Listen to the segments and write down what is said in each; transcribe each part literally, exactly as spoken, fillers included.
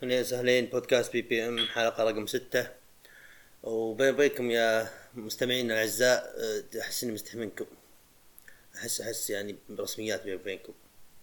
أهلا وسهلين بودكاست بي بي ام حلقة رقم ستة. وبين بينكم يا مستمعين الأعزاء، أه، أحس إني مستحي منكم. أحس أحس يعني برسميات بين بينكم.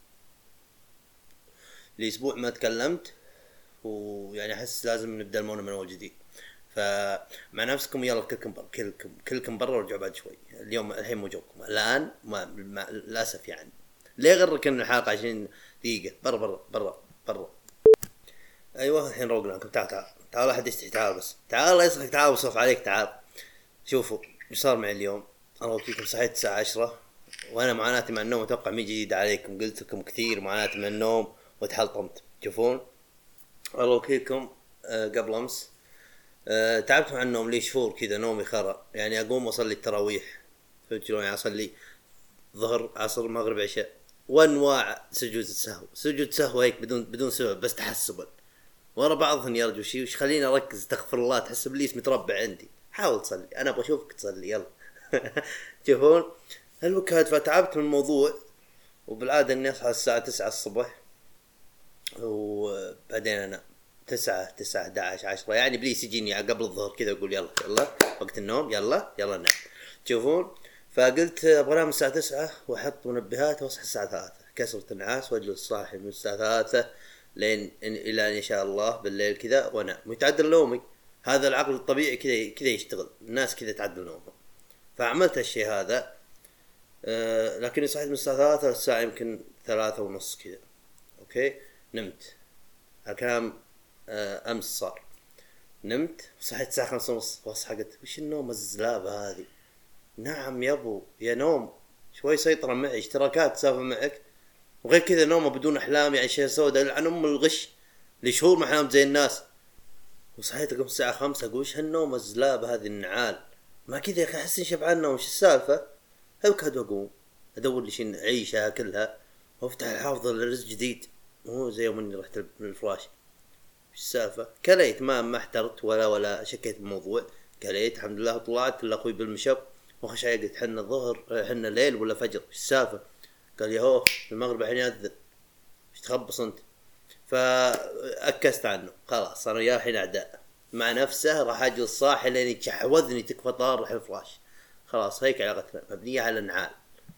لأسبوع ما تكلمت، ويعني أحس لازم نبدأ الموضوع من أول جديد. فمع نفسكم يلا كلكم برا كلكم كلكم برا ورجعوا بعد شوي. اليوم الحين مو جوكم الآن ما مع للأسف يعني. ليه غرك إن الحلقة عشرين دقيقة؟ برا برا برا برا. ايوه الحين روق لكم. تعال تعال تعال احد يستحي. تعال بس تعال الله يسخك. تعال وصف عليك. تعال شوفوا ايش صار معي اليوم. انا وكيكم صحيت الساعة عشرة، وانا معاناتي مع النوم اتوقع مي جديد عليكم. قلت لكم كثير معاناتي مع النوم وتحلطمت. تشوفون الله وكيلكم. أه قبل امس أه تعبت مع النوم لي شهور كذا. نومي خرا يعني. اقوم واصلي التراويح، فهمت شلون؟ يعني اصلي ظهر عصر مغرب عشاء، وانواع سجود السهو. سجود سهو هيك بدون بدون سبب، بس تحسبا ورا بعضهن يا رجل. وش خليني اركز؟ استغفر الله، تحس ابليس متربع عندي. حاول تصلي، انا ابغى اشوفك تصلي يلا. تشوفون هالوكاد. فتعبت من الموضوع، وبالعاده اني اصحى الساعه تسعة الصبح، وبعدين انا تسعة تسعة احد عشر عشرة يعني ابليس يجيني قبل الظهر كذا يقول يلا يلا وقت النوم، يلا يلا نام. تشوفون فقلت ابغى انام الساعه تسعة واحط منبهات واصحى الساعه ثلاثة. كسرت النعاس واجلس صاحي من الساعه ثلاثة لين الى ان شاء الله بالليل كذا وانام ويتعدل نومي. هذا العقل الطبيعي كذا كذا يشتغل. الناس كذا تعدل نومهم. فعملت هالشيء هذا. أه لكني صحيت من الساعه ثلاثة الساعه يمكن ثلاثة ونص كذا. اوكي نمت. الكلام أه امس صار. نمت صحيت الساعه خمسة ونص واصحى قلت وش النوم الزلابه هذه؟ نعم يا ابو يا نوم شوي سيطره معي، اشتراكات سافه معك، وغير كذا نومه بدون احلام يعني شيء سوداء لعن ام الغش. لشهور ما حلمت زي الناس. وصحيت اقوم الساعه خمسة اقول وش هالنوم الزلاب هذه النعال؟ ما كذا يا اخي احس اني شبعان نوم. وش السالفه؟ هبكد واقوم ادور لي شيء اعيشها كلها وافتح الحافظه لرزق جديد. مو زي يوم اني رحت للفراش. وش السالفه؟ كليت ما ما احترت ولا ولا شكيت بالموضوع. كليت الحمد لله وطلعت لاخوي بالمشب وخش علي قلت حنا الظهر حنا الليل ولا فجر؟ وش السالفه؟ قال يا هو المغرب الحين يأذن. ايش تخبص انت؟ فأكست عنه خلاص. صار وياه الحين أعداء مع نفسه. راح أجي الصاحي لين يتشحوذني تكفى طار راح الفراش. خلاص هيك علاقتنا مبنية على النعال.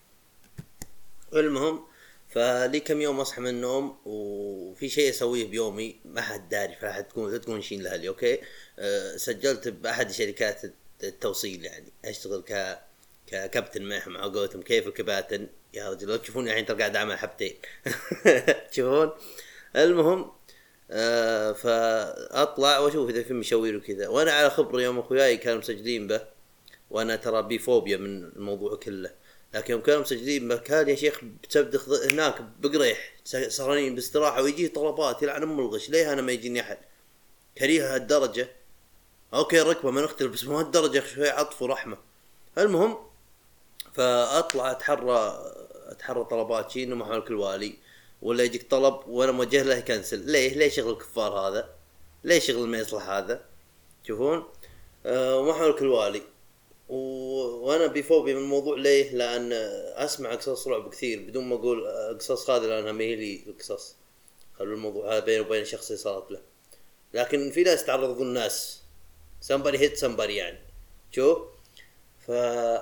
المهم فلي كم يوم أصحى من النوم وفي شيء أسويه بيومي ما حد داري، فلا تكون لا تكون شين لهالي. أوكي أه سجلت بأحد شركات التوصيل يعني أشتغل ك ككابتن معهم على قولتهم. كيف الكباتن يا رجل؟ لو تشوفوني الحين ترى قاعد أعمل حبتين. تشوفون المهم آه فاطلع واشوف اذا في مشاوير وكذا. وانا على خبره يوم اخوياي كانوا مسجلين به، وانا ترى بيفوبيا من الموضوع كله. لكن يوم كانوا مسجلين به كان يا شيخ بتبدخ هناك بقريح سهرانين باستراحه ويجي طلبات يلعن ام الغش. ليه انا ما يجيني احد؟ كريهه هالدرجه. اوكي ركبه ما نختلف بس مو هالدرجه، شوي عطف ورحمه. المهم فاطلع اتحرى اتحرى طلبات شيء انه محمل كل والي ولا يجيك طلب وانا موجه له يكنسل. ليه ليه شغل الكفار هذا؟ ليه شغل ما يصلح هذا؟ تشوفون أه ومحمل كل والي و... وانا بيفوبي من الموضوع. ليه؟ لان اسمع قصص رعب كثير بدون ما اقول قصص هذه لانها ما هي لي القصص. خلوا الموضوع هذا بيني وبين الشخص اللي صارت له. لكن في ناس تعرضوا الناس somebody hit somebody يعني. شوف ف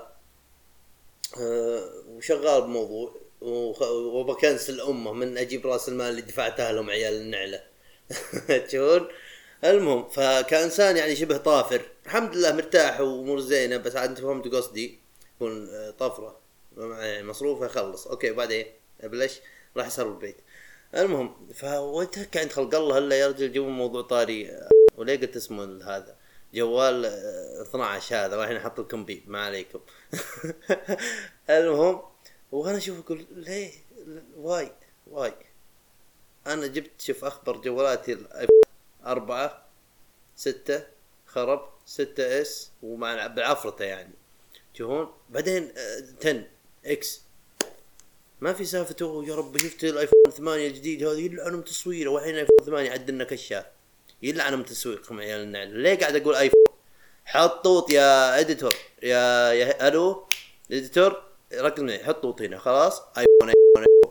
أه وشغال بموضوع وبكنسل امه من اجيب راس المال اللي دفعتها لهم عيال النعله. تشوفون المهم فكانسان يعني شبه طافر الحمد لله مرتاح وامور زينه. بس عاد انت فهمت قصدي. يكون طفره يعني مصروفه يخلص اوكي بعدين بلش راح يصير البيت. المهم فويتك عند خلق الله هلا يا رجل جيبوا موضوع طاري. وليه قلت اسمه هذا جوال اثنا عشر هذا راح نحط لكم بيه ما عليكم. المهم وانا اشوف اقول ليه واي واي انا جبت شوف اخبر جوالاتي الايفون أربعة ستة خرب ستة اس ومع بالعفرته يعني. تشوفون بعدين عشرة اكس ما في سالفته يا رب. شفت الايفون ثمانية الجديد هذا يلعنهم تصويره والحين ايفون ثمانية عدلنا كشاف يلعنهم تسويقهم عيال النعل. ليه قاعد اقول ايفون؟ حطوط يا اديتور يا يا الو اديتور ركزني. حطوط هنا خلاص ايفون ايفون, أيفون.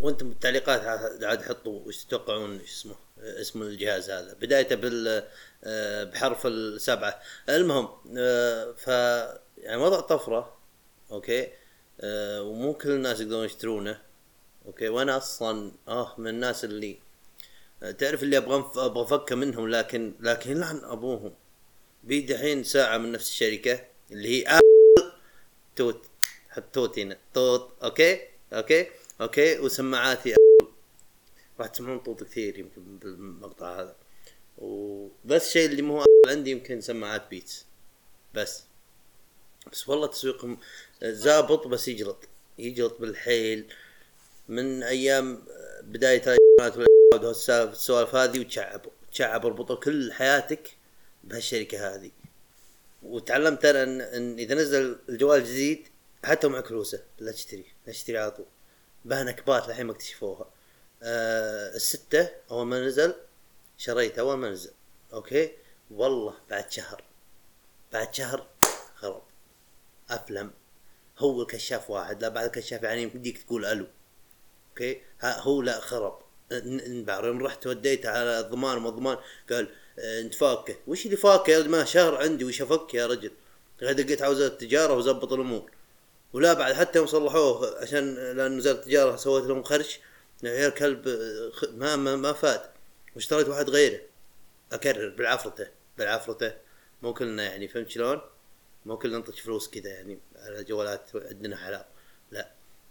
وانتم بالتعليقات عاد حطوا وش تتوقعون ايش اسمه اسم الجهاز هذا، بدايته بال بحرف السبعة. المهم ف يعني وضع طفرة اوكي، ومو كل الناس يقدرون يشترونه اوكي. وانا اصلا اه من الناس اللي تعرف اللي ابغى ابغى افك منهم، لكن لكن لعن ابوهم بيدي الحين ساعة من نفس الشركة اللي هي توت، حط توت هنا توت اوكي اوكي اوكي، وسماعاتي راح تسمعون طوط كثير يمكن بالمقطع هذا. وبس شيء اللي مو عندي يمكن سماعات بيتس بس. بس والله تسويقهم زابط، بس يجلط يجلط بالحيل من ايام بداية السوالف هذه، وتشعب تشعب اربطوا كل حياتك بهالشركة هذه. وتعلمت انا ان, إن اذا نزل الجوال الجديد حتى معك فلوسه لا تشتري لا تشتري على طول، بها نكبات الحين ما اكتشفوها. آه الستة اول ما نزل شريته اول ما نزل اوكي، والله بعد شهر بعد شهر خرب افلم. هو الكشاف واحد، لا بعد الكشاف يعني يمديك تقول الو اوكي، ها هو لا خرب. انبعر يوم رحت وديته على الضمان وما الضمان قال اه انت فاكه. وش اللي فاكه؟ ما شهر عندي وش افك يا رجل؟ غدا لقيت عاوز التجاره وزبط الامور. ولا بعد حتى يوم صلحوه عشان لان وزاره التجاره سوت لهم خرش يا كلب ما ما, ما فات، واشتريت واحد غيره اكرر بالعفرته بالعفرته. مو كلنا يعني فهمت شلون؟ مو كلنا نطش فلوس كذا يعني على جوالات عندنا حلال لا.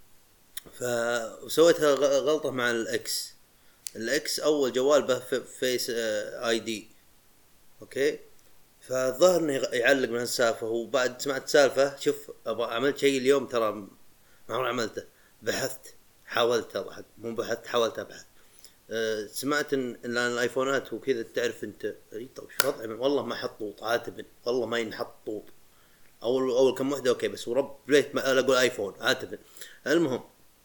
فسويتها غلطة مع الاكس. الاكس اول جوال به فيس اي دي اوكي، فالظاهر انه يعلق من هالسالفة. وبعد سمعت سالفة شوف ابغى عملت شيء اليوم ترى ما عمري عملته، بحثت حاولت اضحك مو بحثت حاولت ابحث. أه سمعت ان ان الايفونات وكذا تعرف انت طيب شو وضعي، والله ما حط طوط عاتبا، والله ما ينحط طوط. اول اول كم وحده اوكي، بس ورب بليت ما اقول ايفون عاتبا. المهم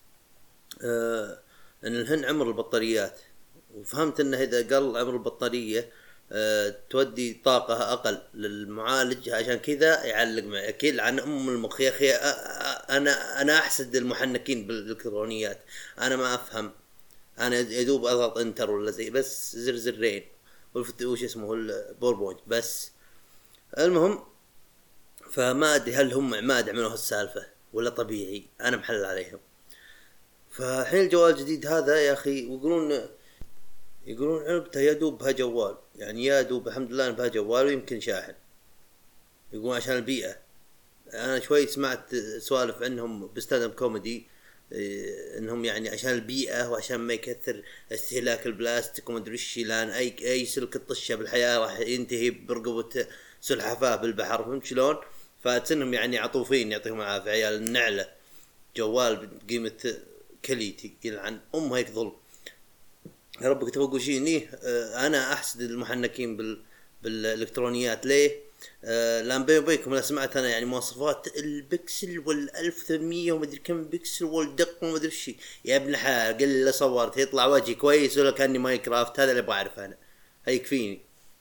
آه ان الهن عمر البطاريات، وفهمت انه اذا قل عمر البطاريه آه تودي طاقه اقل للمعالج، عشان كذا يعلق معي. اكيد عن ام المخ يا اخي. انا انا احسد المحنكين بالالكترونيات، انا ما افهم. انا يدوب اضغط انتر ولا زي بس زر زرين وش اسمه البوربوينت بس. المهم فما ادري هل هم عماد عملوا هالسالفه ولا طبيعي، انا محلل عليهم. فحين الجوال الجديد هذا يا اخي ويقولون يقولون علبته يدوب بها جوال، يعني يا دوب الحمد لله بها جوال ويمكن شاحن. يقولون عشان البيئه. انا شوي سمعت سوالف عنهم بستاند اب كوميدي انهم يعني عشان البيئه وعشان ما يكثر استهلاك البلاستيك وما ادري ايش، لان اي اي سلك الطشه بالحياه راح ينتهي برقبه سلحفاه بالبحر فهمت شلون؟ فاتنهم يعني عطوفين يعطيهم العافيه عيال النعله. جوال بقيمه كليتي يلعن ام هيك ظلم. يا رب كنت بقول شيء اني انا احسد المحنكين بال بالالكترونيات. ليه؟ آه لان بيني وبينكم انا سمعت انا يعني مواصفات البكسل والألف وثمانمية ومدري كم بكسل والدق ومدري ايش. يا ابن الحلال قل لي صورت يطلع وجهي كويس ولا كاني ماينكرافت؟ هذا اللي ابغى اعرفه انا، هي يكفيني.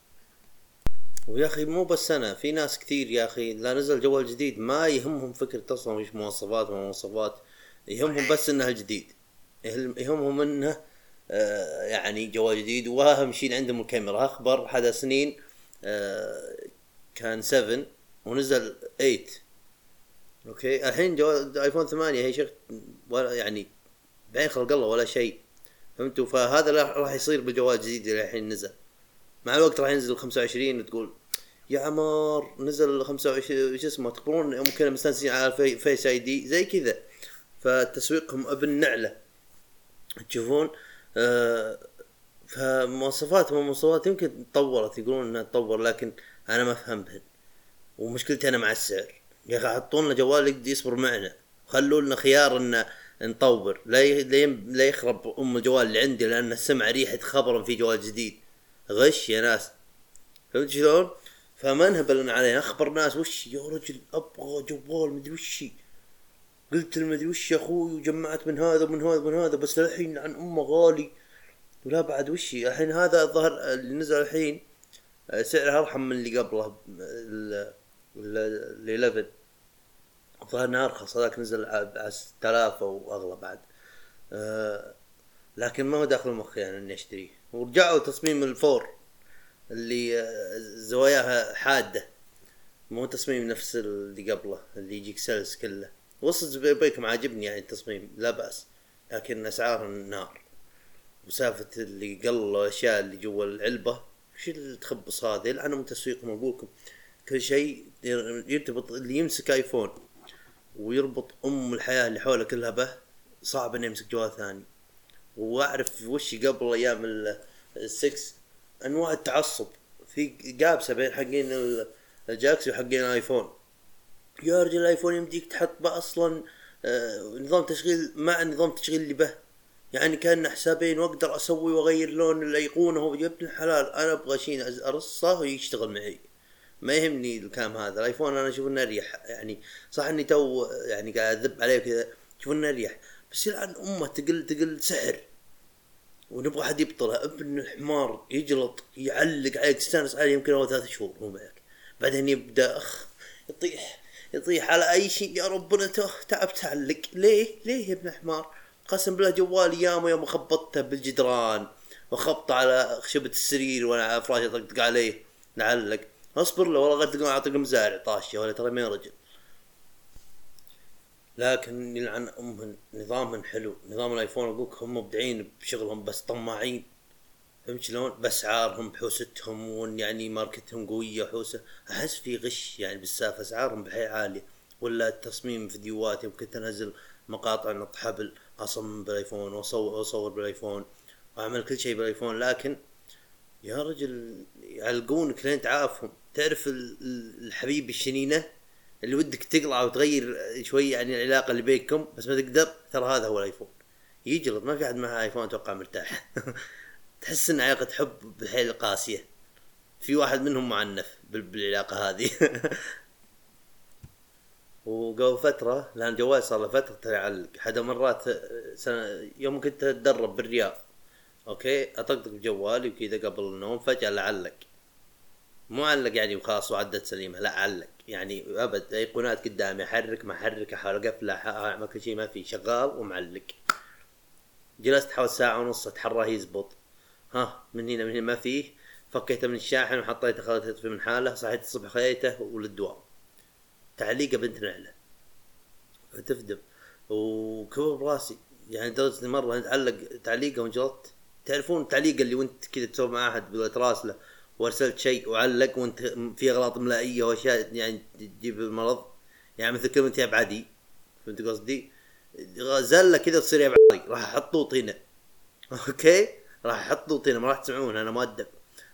ويا اخي مو بس انا، في ناس كثير يا اخي لا نزل جوال جديد ما يهمهم فكرة اصلا ايش مواصفات ومواصفات، يهمهم بس انه جديد، يهمهم انه آه يعني جوال جديد. واهم شيء عندهم الكاميرا. اخبر حدا سنين آه كان سبعة ونزل ثمانية اوكي، الحين جوال ايفون ثمانية هي شيء ولا يعني بعين خلق الله ولا شيء فهمتوا؟ فهذا راح يصير بالجوال الجديد اللي الحين نزل. مع الوقت راح ينزل خمسة وعشرين وتقول يا عمار نزل خمسة وعشرين ايش اسمه، تقولون ممكن مستانسين على الفي فيس اي دي زي كذا. فتسويقهم ابن نعله تشوفون. آه فمواصفات مواصفات يمكن تطورت، يقولون انها تطور لكن انا ما فهمتها. ومشكلتي انا مع السعر يا اخي، حطوا لنا جوال يقدر يصبر معنا، خلوا لنا خيار ان نطور، لا لا يخرب ام الجوال اللي عندي لان سمع ريحه خبر في جوال جديد. غش يا ناس فهمت شلون؟ فما نهبلنا عليه. اخبر ناس وش يا رجل ابغى جوال مدري وش، قلت له مدري وش يا اخوي وجمعت من هذا ومن هذا ومن هذا، بس الحين عن امه غالي. ولا بعد وش الحين هذا الظهر اللي نزل الحين سعره ارحم من اللي قبله ال ال إحدى عشر. الظاهر انه ارخص، هذاك نزل على ستة آلاف او اغلى بعد. أه لكن ما هو داخل مخي يعني اني اشتريه. ورجعوا تصميم الفور اللي آه، زواياها حادة، مو تصميم نفس اللي قبله اللي يجيك سلس كله. وصل بيكم عاجبني يعني التصميم لا بأس، لكن اسعار النار. وسالفة اللي قلوا الاشياء اللي جوا العلبة، وش اللي تخبص هذا؟ يلعنهم تسويقهم. اقولكم كل شيء يرتبط، اللي يمسك ايفون ويربط ام الحياة اللي حوله كلها به صعب انه يمسك جوال ثاني. واعرف وش قبل ايام السكس انواع التعصب في قابسه بين حقين الجاكسي وحقين الايفون. يا رجل الايفون يمديك تحط به اصلا آه، نظام تشغيل مع نظام تشغيل اللي به، يعني كان حسابين واقدر اسوي واغير لون الايقونه. هو يا ابن الحلال انا ابغى شيء ارصه ويشتغل معي، ما يهمني الكلام هذا. الايفون انا اشوف انه اريح، يعني صح اني تو يعني قاعد اذب عليه كذا، اشوف انه اريح، بس يلعن امه تقل تقل سحر. ونبغى حد يبطلها. ابن الحمار يجلط يعلق عليك تستانس عليه يمكن اول ثلاث شهور هو معك، بعدين يبدا اخ يطيح يطيح على اي شيء. يا ربنا تعب تعلق ليه ليه يا ابن الحمار؟ قسم بالله جوالي ياما يوم خبطته بالجدران وخبطه على خشبة السرير وانا على فراشة طقطق عليه نعلق. اصبر له والله غير تلقون اعطيك مزارع طاشة ولا ترى ما رجل. لكن يلعن امهم نظامهم حلو. نظام الايفون اقولك هم مبدعين بشغلهم بس طماعين، فهمت شلون؟ باسعارهم بحوستهم، وان يعني ماركتهم قويه وحوسه. احس في غش يعني بالسالفه، اسعارهم بحي عاليه. ولا تصميم فيديوهات يمكن تنزل مقاطع نط حبل اصمم بالايفون واصور واصور بالايفون واعمل كل شيء بالايفون، لكن يا رجل يعلقونك لين تعافهم. تعرف الحبيب الشنينه اللي ودك تقلع وتغير شوي يعني العلاقه اللي بينكم بس ما تقدر، ترى هذا هو الايفون. يجلط، ما في احد معه ايفون اتوقع مرتاح. تحس ان علاقه حب بالحيل قاسيه. في واحد منهم معنف بالعلاقه هذه. وقبل فتره لان جوال صار له فتره يعلق حدا مرات سنة يوم كنت اتدرب بالرياض، اوكي اطقطق بجوالي وكذا قبل النوم فجاه لعلق. مو علق يعني وخلاص وعدت سليمه، لا علق يعني ابد ايقونات قدامي احرك ما احرك احاول اقفل اعمل كل شيء ما في، شغال ومعلق. جلست حوالي ساعه ونص اتحرى يزبط، ها من هنا من هنا ما فيه. فكيته من الشاحن وحطيته خليته يطفي من حاله، صحيت الصبح خليته وللدوام. تعليقه بنت نعله تفدم وكبر براسي يعني درجة مرة تعلق تعليقه وانجلطت. تعرفون التعليق اللي وانت كذا تسوي مع احد بتراسله وارسلت شيء وعلق وانت في اغلاط ملائيه واشياء يعني تجيب المرض، يعني مثل كلمه يا بعدي، فهمت قصدي؟ زله كذا تصير يا بعدي راح احطه طينه. اوكي راح احطه طينه ما راح تسمعون انا مؤدب.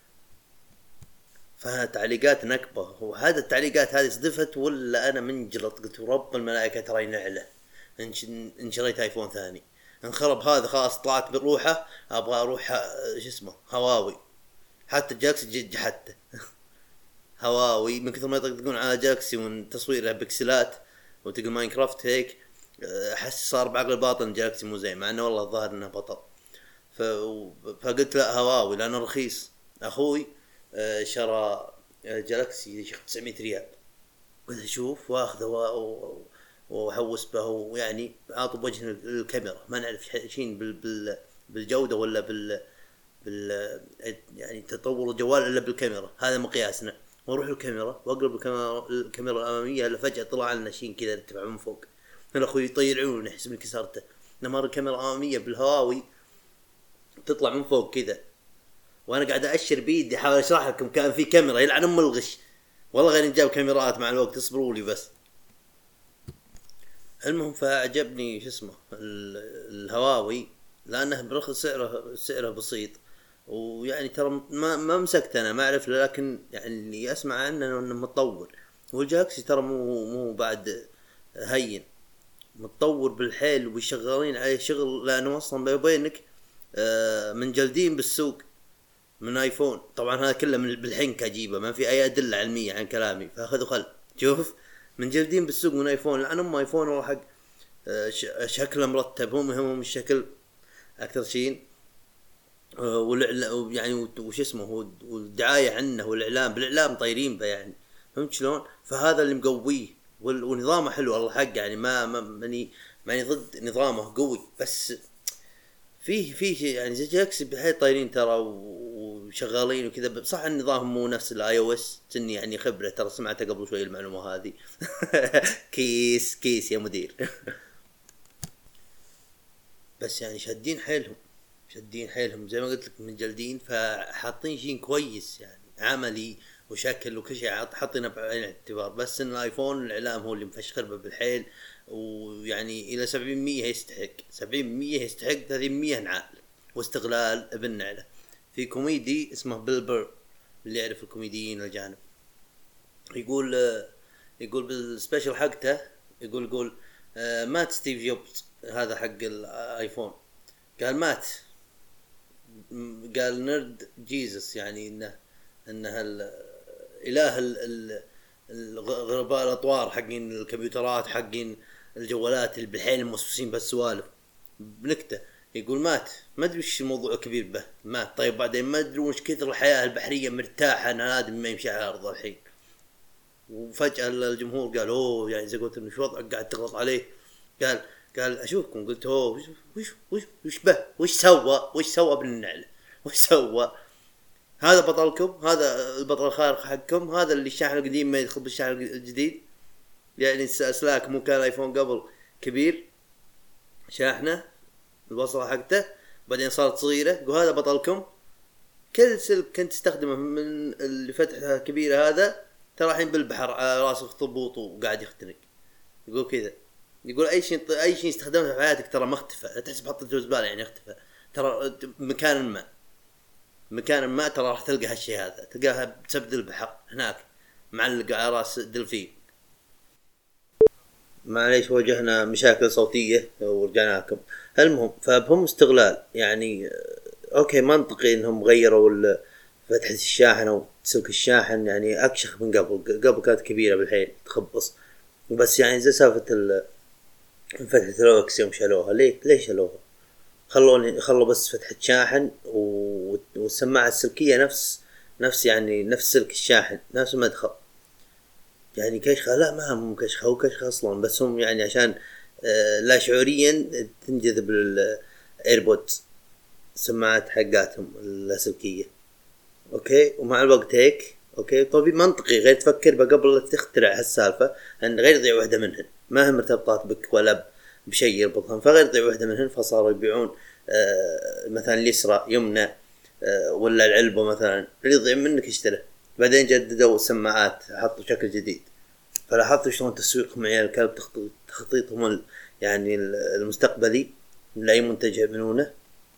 فتعليقات نكبه، وهذا التعليقات هذه صدفت ولا انا منجلط؟ قلت رب الملائكه ترى نعله ان شريت ايفون ثاني انخرب هذا خلاص طلعت بروحه. ابغى اروح شو اسمه هواوي، حتى جاكسي جحته. هواوي من كثر ما يطقطقون على جاكسي وتصويره بكسلات وتقول ماينكرافت هيك، احس صار بعقل الباطن جاكسي مو زين، مع انه والله الظاهر انه بطل. ف... فقلت لا هواوي لانه رخيص. اخوي شرى جالاكسي شيخ تسعمية ريال، قلت اشوف واخذه و... وحوس به، ويعني عاطب وجه الكاميرا ما نعرف شيء بال... بال... بالجوده ولا بال بال يعني تطور الجوال الا بالكاميرا، هذا مقياسنا. واروح الكاميرا واقلب الكاميرا الكاميرا الاماميه الا فجاه طلع لنا شيء كذا ارتفع من فوق. انا اخوي يطير عيونه يحس اني كسرته. لما الكاميرا الاماميه بالهواوي تطلع من فوق كذا، وانا قاعد اشر بيدي احاول اشرح لكم كان في كاميرا يلعن ام الغش. والله غير نجاب كاميرات مع الوقت اصبروا لي بس. المهم فاعجبني شو اسمه الهواوي لانه برخص سعره سعره بسيط، ويعني ترى ما ما مسكت انا ما اعرف، لكن يعني اللي اسمع عنه انه متطور. والجاكسي ترى مو مو بعد هين، متطور بالحيل وشغالين عليه شغل، لانه اصلا بينك من جلدين بالسوق من ايفون. طبعا هذا كله من بالحنك اجيبه، ما في اي ادله علميه عن كلامي فاخذ وخل. شوف من جلدين بالسوق من ايفون، لان ام ايفون هو حق شكله مرتب، هم هم الشكل اكثر شيء. والإعلام يعني وش اسمه والدعاية عنه والإعلام بالإعلام طايرين به يعني، فهمت شلون؟ فهذا اللي مقويه ونظامه حلو الله حق يعني ما ماني ماني ضد نظامه قوي، بس فيه فيه شيء يعني زي جالاكسي بحيث طايرين ترى و- وشغالين وكذا. صح النظام مو نفس الاي او اس، تني يعني خبره ترى سمعتها قبل شوي المعلومه هذه. كيس كيس يا مدير. بس يعني شادين حيلهم، شادين حيلهم زي ما قلت لك من جلدين، فحاطين شيء كويس يعني عملي وشكل وكل شيء حاطينه بعين الاعتبار. بس ان الايفون الاعلام هو اللي مفشخر به بالحيل، ويعني الى سبعين بالمية يستحق، سبعين بالمية يستحق، ثلاثين بالمية نعال واستغلال ابن نعله. في كوميدي اسمه بيل، اللي يعرف الكوميديين الاجانب، يقول يقول بالسبيشل حقته، يقول يقول آه، مات ستيف جوبز هذا حق الايفون. قال مات، قال نرد جيزس، يعني انه انه الاله الغرباء الاطوار حقين الكمبيوترات حقين الجوالات اللي بالحين موسوسين بالسوالف بنكته. يقول مات، ما ادري وش الموضوع كبير به، مات. طيب بعدين ما ادري وش كثر الحياه البحريه مرتاحه، انا ادمي ما يمشي على الارض الحين. وفجاه الجمهور قال اوه، يعني زي قلت انه شو وضعك قاعد تغلط عليه. قال قال اشوفكم، قلت اوه وش وش وش وش به، وش سوى وش سوى ابن النعل، وش سوى؟ هذا بطلكم، هذا البطل الخارق حقكم، هذا اللي الشاحن القديم ما يدخل بالشاحن الجديد. يعني اسلاك مو كان ايفون قبل كبير شاحنه الوصله حقته، بعدين صارت صغيره، وهذا بطلكم. كل سلك كنت تستخدمه من اللي فتحه كبيره هذا ترى الحين بالبحر على راس اخطبوط وقاعد يختنق. يقول كذا، يقول اي شيء اي شيء استخدمته في حياتك ترى ما اختفى، لا تحسب حطيته زباله يعني اختفى، ترى مكان ما مكان ما ترى راح تلقى هالشيء هذا، تلقاها بسبب البحر هناك معلق على راس دلفين. معليش واجهنا مشاكل صوتية ورجعنا لكم. المهم فبهم استغلال يعني اوكي منطقي انهم غيروا ال- فتحة الشاحن او سلك الشاحن، يعني اكشخ من قبل، قبل كانت كبيرة بالحين تخبص. بس يعني زي سالفة ال- فتحة الاوكس يوم شالوها، ليه ليش شالوها؟ خلوني خلوا بس فتحة شاحن و- والسماعة السلكية نفس نفس يعني نفس سلك الشاحن نفس المدخل. يعني كشخة، لا ما هم كشخة، هو كشخة اصلا، بس هم يعني عشان آه لا شعوريا تنجذب للايربودز، السماعات حقاتهم اللاسلكية. اوكي ومع الوقت هيك اوكي طبيعي منطقي غير تفكر بقى قبل لا تخترع هالسالفة ان غير يضيع واحدة منهن، ما هم مرتبطات بك ولا بشيء يربطهم، فغير يضيع واحدة منهن، فصاروا يبيعون آه مثلا اليسرى يمنى آه ولا العلبة مثلا، اللي يضيع منك اشتري. بعدين جددوا السماعات حطوا شكل جديد. فلاحظت شلون تسويقهم عيال الكلب، تخطيط تخطيطهم ال- يعني ال- المستقبلي لأي منتج يعملونه.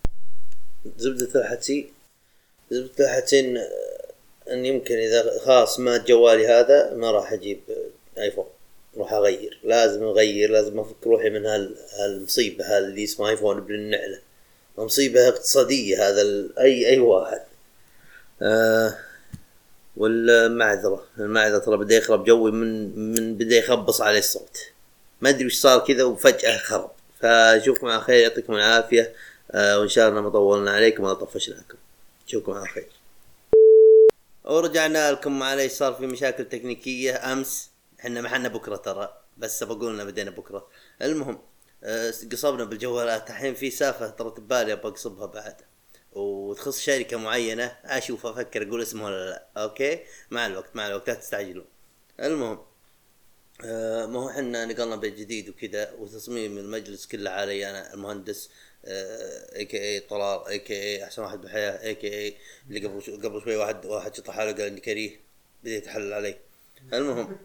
زبدة الحدسي زبدة الحدسي إن إن يمكن إذا خلاص مات جوالي هذا ما راح أجيب آيفون، راح أغير، لازم أغير، لازم أفك روحي من هال هالمصيبة هال اللي اسمه آيفون ابن النعلة، مصيبة اقتصادية هذا ال- أي أي واحد. آه والمعذرة المعذرة ترى بدأ يخرب جوي من من بدأ يخبص عليه الصوت، ما ادري وش صار كذا وفجأة خرب. فاشوفكم على خير، يعطيكم العافية. آه وان شاء الله ما طولنا عليكم ولا طفشناكم. اشوفكم على خير. ورجعنا لكم. معليش صار في مشاكل تكنيكية امس، احنا محنا بكرة ترى، بس بقولنا بدينا بكرة. المهم آه قصبنا بالجوالات، الحين في سالفة ترى ببالي ابغى اقصبها بعد، وتخص شركة معينة، اشوف افكر اقول اسمها ولا لا. اوكي مع الوقت مع الوقت لا تستعجلون. المهم آه ما هو حنا نقلنا بيت جديد وكذا، وتصميم المجلس كله علي انا المهندس اي كي اي طلال اي كي اي احسن واحد بالحياه اي كي اي اللي قبل شو قبل شوي واحد واحد شطح حاله قال اني كريه، بدا يتحلل علي. المهم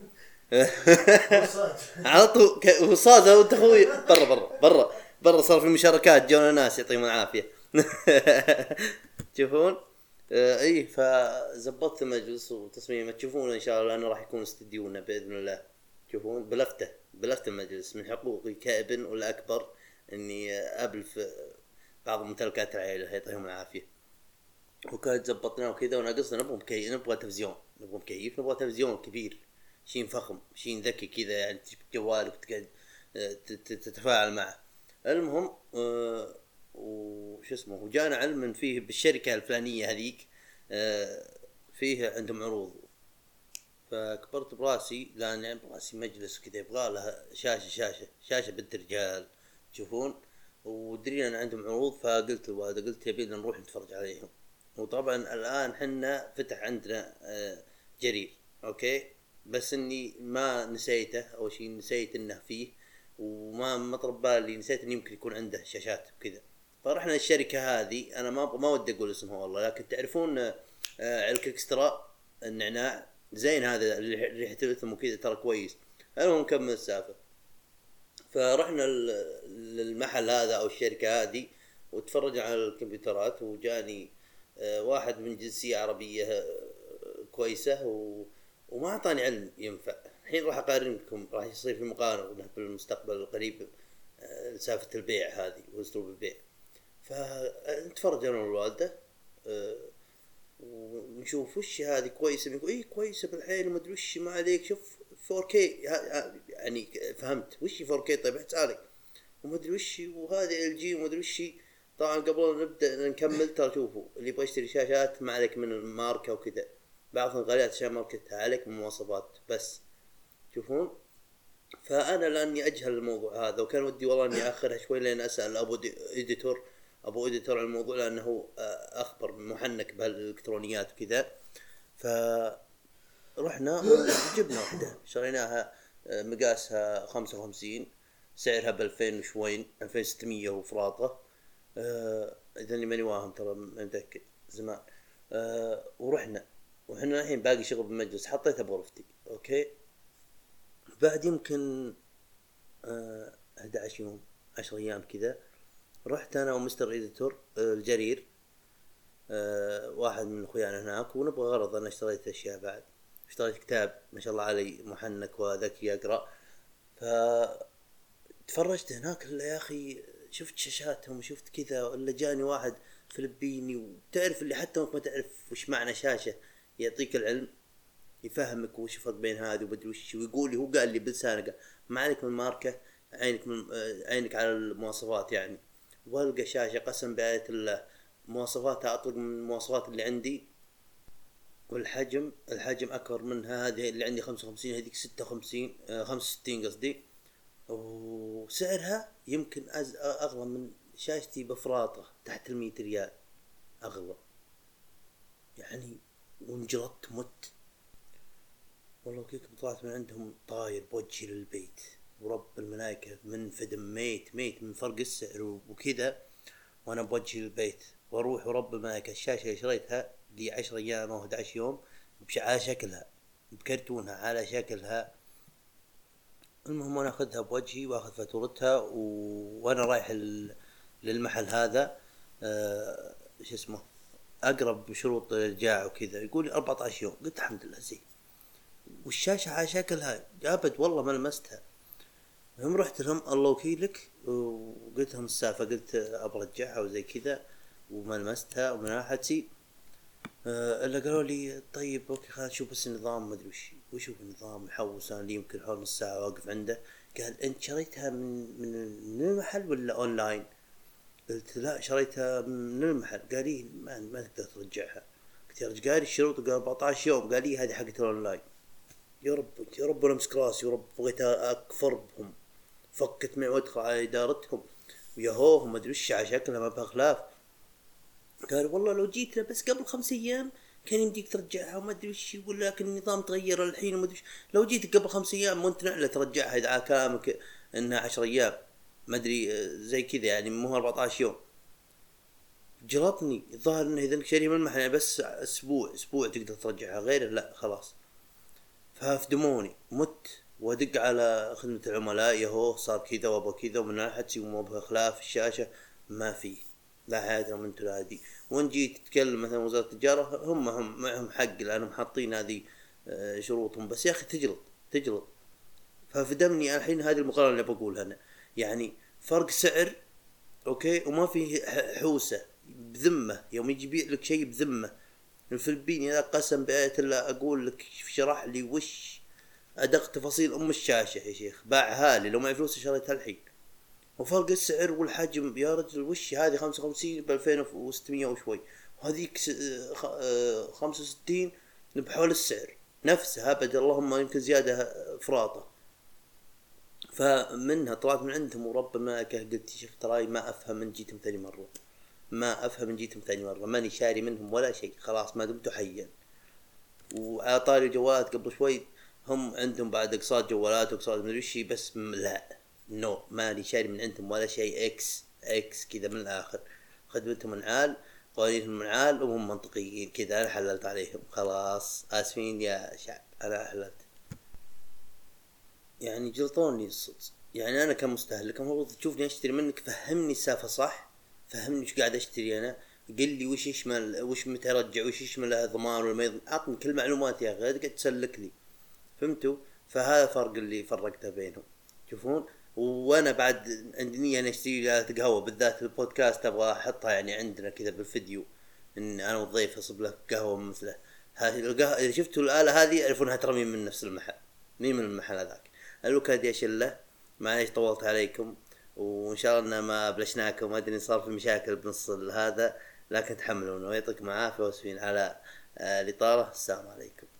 على طول ك- وصاد انت اخوي، برا برا برا برا صار في مشاركات جونا ناس يعطيهم العافيه. تشوفون آه ايه فزبطت المجلس وتصميمه، تشوفون ان شاء الله لانه راح يكون استديونا باذن الله. تشوفون بلغته بلغت المجلس، من حقوقي كابن ولا اكبر اني اقابل في بعض ممتلكات العائله يعطيهم العافيه. وكانت زبطنا وكذا وناقصنا نبغى مكيف، نبغى تلفزيون، نبغى مكيف، نبغى تلفزيون كبير، شين فخم، شين ذكي كذا، يعني تجيب جوالك وتقعد آه، تت- تتفاعل معه. المهم آه، وش اسمه، وجانا علم من فيه بالشركة الفلانية هذيك آه، فيه عندهم عروض. فكبرت براسي لان يعني براسي مجلس كذا يبغى لها شاشة شاشة شاشة بنت رجال. تشوفون ودرينا ان عندهم عروض، فقلت للوالدة قلت يبينا نروح نتفرج عليهم. وطبعا الان حنا فتح عندنا آه، جرير اوكي، بس اني ما نسيته، اول شيء نسيت انه فيه، وما ما طرب بالي، نسيت انه يمكن يكون عنده شاشات وكذا. فرحنا الشركة هذه، انا ما ما ودي اقول اسمها والله، لكن تعرفون آه، على الككسترا النعناع زين هذا اللي ريحته الثم وكذا ترى كويس. المهم نكمل السالفة. فرحنا للمحل هذا او الشركة هذه وتفرجنا على الكمبيوترات، وجاني آه، واحد من جنسية عربية آه، كويسة و... وما أعطاني علم ينفع. الحين راح أقارن لكم، راح يصير في مقارنة بالمستقبل القريب آه، سالفة البيع هذه وأسلوب البيع. فنتفرج أنا والوالدة آه، ونشوف وش هذه كويسة، يقول إيه كويسة بالحيل وما أدري وش، ما عليك شوف فور كي يعني. فهمت وش فور كي؟ طيب احتسالك وما ادري وش، وهذه ال جي وما ادري وش. طبعا قبل نبدا نكمل ترى شوفوا اللي يبغى يشتري شاشات ما عليك من الماركه وكذا، بعضهم غاليات عشان ماركتها، عليك من المواصفات بس. تشوفون؟ فانا لاني اجهل الموضوع هذا، وكان ودي والله اني اخرها شوي لين اسال ابو اديتور ابو اديتور عن الموضوع، لانه اخبر محنك بهالالكترونيات وكذا. فرحنا وجبنا واحده شريناها مقاسها خمسة وخمسين، سعرها بألفين وشوين، ألفين وستمية وفراطة. آه إذا اللي ماني واهم ترى متأكد زمان. آه ورحنا وحنا الحين باقي شغل بالمجلس، حطيتها بغرفتي أوكي. بعد يمكن آه أحد عشر يوم، عشر أيام كذا، رحت أنا ومستر إديتور آه الجرير، آه واحد من أخويانا هناك، ونبغى غرض. أنا اشتريت أشياء، بعد اشتريت كتاب ما شاء الله علي محنك وذكي يقرأ. ف تفرجت هناك يا اخي، شفت شاشاتهم وشفت كذا، ولا جاني واحد فلبيني، وتعرف اللي حتى ما تعرف وش معنى شاشة يعطيك العلم، يفهمك وش الفرق بين هذه وبدري وش، ويقول لي، هو قال لي بلسانه، قال ما عليك من الماركة، عينك من عينك على المواصفات يعني. والقى شاشة قسم بآية الله مواصفاتها اطلق من المواصفات اللي عندي، والحجم الحجم اكبر منها، هذه اللي عندي خمسة وخمسين، هذيك ستة وخمسين خمسة وستين قصدي، وسعرها يمكن أز... أغلى من شاشتي بفراطة، تحت المية ريال أغلى يعني. وانجلطت مت والله. كيف طلعت من عندهم طاير بوجهي للبيت، ورب الملائكة منفدم ميت ميت من فرق السعر وكذا، وأنا بوجهي للبيت واروح، ورب الملائكة الشاشة اللي شريتها دي عشر أيام أو أحد عشر يوم على شكلها، بكرتونها على شكلها. المهم انا اخذها بوجهي واخذ فاتورتها و... وانا رايح ال... للمحل هذا أه... شو اسمه اقرب بشروط الرجاع وكذا، يقول أربعة عشر يوم. قلت الحمد لله زين، والشاشة على شكلها ابد والله ما لمستها. هم رحت لهم الله وكيلك وقلت لهم السالفة، قلت ابغى ارجعها وزي كذا وما لمستها ومن ناحيتي أه الا قالوا لي طيب اوكي خلاص شوف بس النظام ما ادري وش وشوف النظام. محوس انا لي يمكن حول نص ساعه واقف عنده. قال انت شريتها من من من المحل ولا اونلاين؟ قلت لا شريتها من المحل. قال لي ما, ما تقدر ترجعها. قلت يا رجال الشروط قال أربعة عشر يوم. قال لي هذه حقت الاونلاين. يا رب يا رب انا امسك راسي، يا رب بغيت اكفر بهم. فكت معي وادخل على ادارتهم وياهو ما ادري وش على شكلها ما بخلاف. قال والله لو جيتنا بس قبل خمس ايام كان يمديك ترجعها وما ادري وش، يقول لكن النظام تغير الحين وما ادري وش. لو جيتك قبل خمس ايام وانت نعلة ترجعها اذا على كلامك انها عشر ايام ما ادري زي كذا يعني، مو أربعة عشر يوم. جلطني الظاهر انه اذا شاري من المحل بس اسبوع اسبوع تقدر ترجعها، غيره لا خلاص. فافدموني مت وادق على خدمة العملاء، يهو صار كذا وابغى كذا ومن ناحيتي وما ابغى خلاف الشاشة ما في لا حياتنا من تلادي. وان جيت تتكلم مثلا وزارة التجارة هم هم معهم حق لانهم حاطين هذه شروطهم، بس يا اخي تجلط تجلط. ففدمني الحين هذه المقارنة اللي بقولها انا يعني، فرق سعر اوكي وما في حوسة بذمة يوم يجي يبيع لك شيء بذمة. الفلبيني هذا قسم بآية الله اقول لك شرح لي وش ادق تفاصيل ام الشاشة يا شيخ، باعها لي لو معي فلوس شريتها الحين. وفرق السعر والحجم يا رجل وش هذه خمسة وخمسين بألفين وستمية وشوي، وهذيك خمسة وستين بحول السعر نفسها ابد اللهم يمكن زيادة فراطة. فمنها طلعت من عندهم وربما قلت يا شيخ تراي ما افهم من جيتهم ثاني مره، ما افهم من جيتهم ثاني مره، ماني شاري منهم ولا شيء، خلاص ما دمت حيا. وعطاري جوالات قبل شوي، هم عندهم بعد اقساط جوالات واقساط مدري وش، بس لا نو ماني شاري من عندهم ولا شيء. اكس اكس كذا من الاخر، خدمتهم منعال، قوانينهم منعال، وهم منطقيين كذا. انا حللت عليهم خلاص، اسفين يا شعب انا حللت. يعني جلطوني الصدق، يعني انا كمستهلك المفروض تشوفني اشتري منك، فهمني السالفه صح، فهمني وش قاعد اشتري انا، قل لي وش يشمل، وش متى ارجع، وش يشمل ضمان ولا ما يضمن، اعطني كل معلومات يا اخي، لا تقعد تسلك لي. فهمتوا؟ فهذا فرق اللي فرقته بينهم. تشوفون؟ وانا بعد عندي نية انا اشتري قهوه، بالذات البودكاست ابغى احطها يعني عندنا كذا بالفيديو، ان انا والضيف اصب له قهوه مثله. هذه القهوه اذا شفتوا الاله هذه اعرفوا انها ترى من نفس المحل، مين من المحل هذاك. الوكاد يا شله، معليش طولت عليكم، وان شاء الله ان ما بلشناكم، ما ادري صار في مشاكل بنص هذا، لكن تحملونا ويعطيكم العافيه، واسفين على آه، الاطاله. السلام عليكم.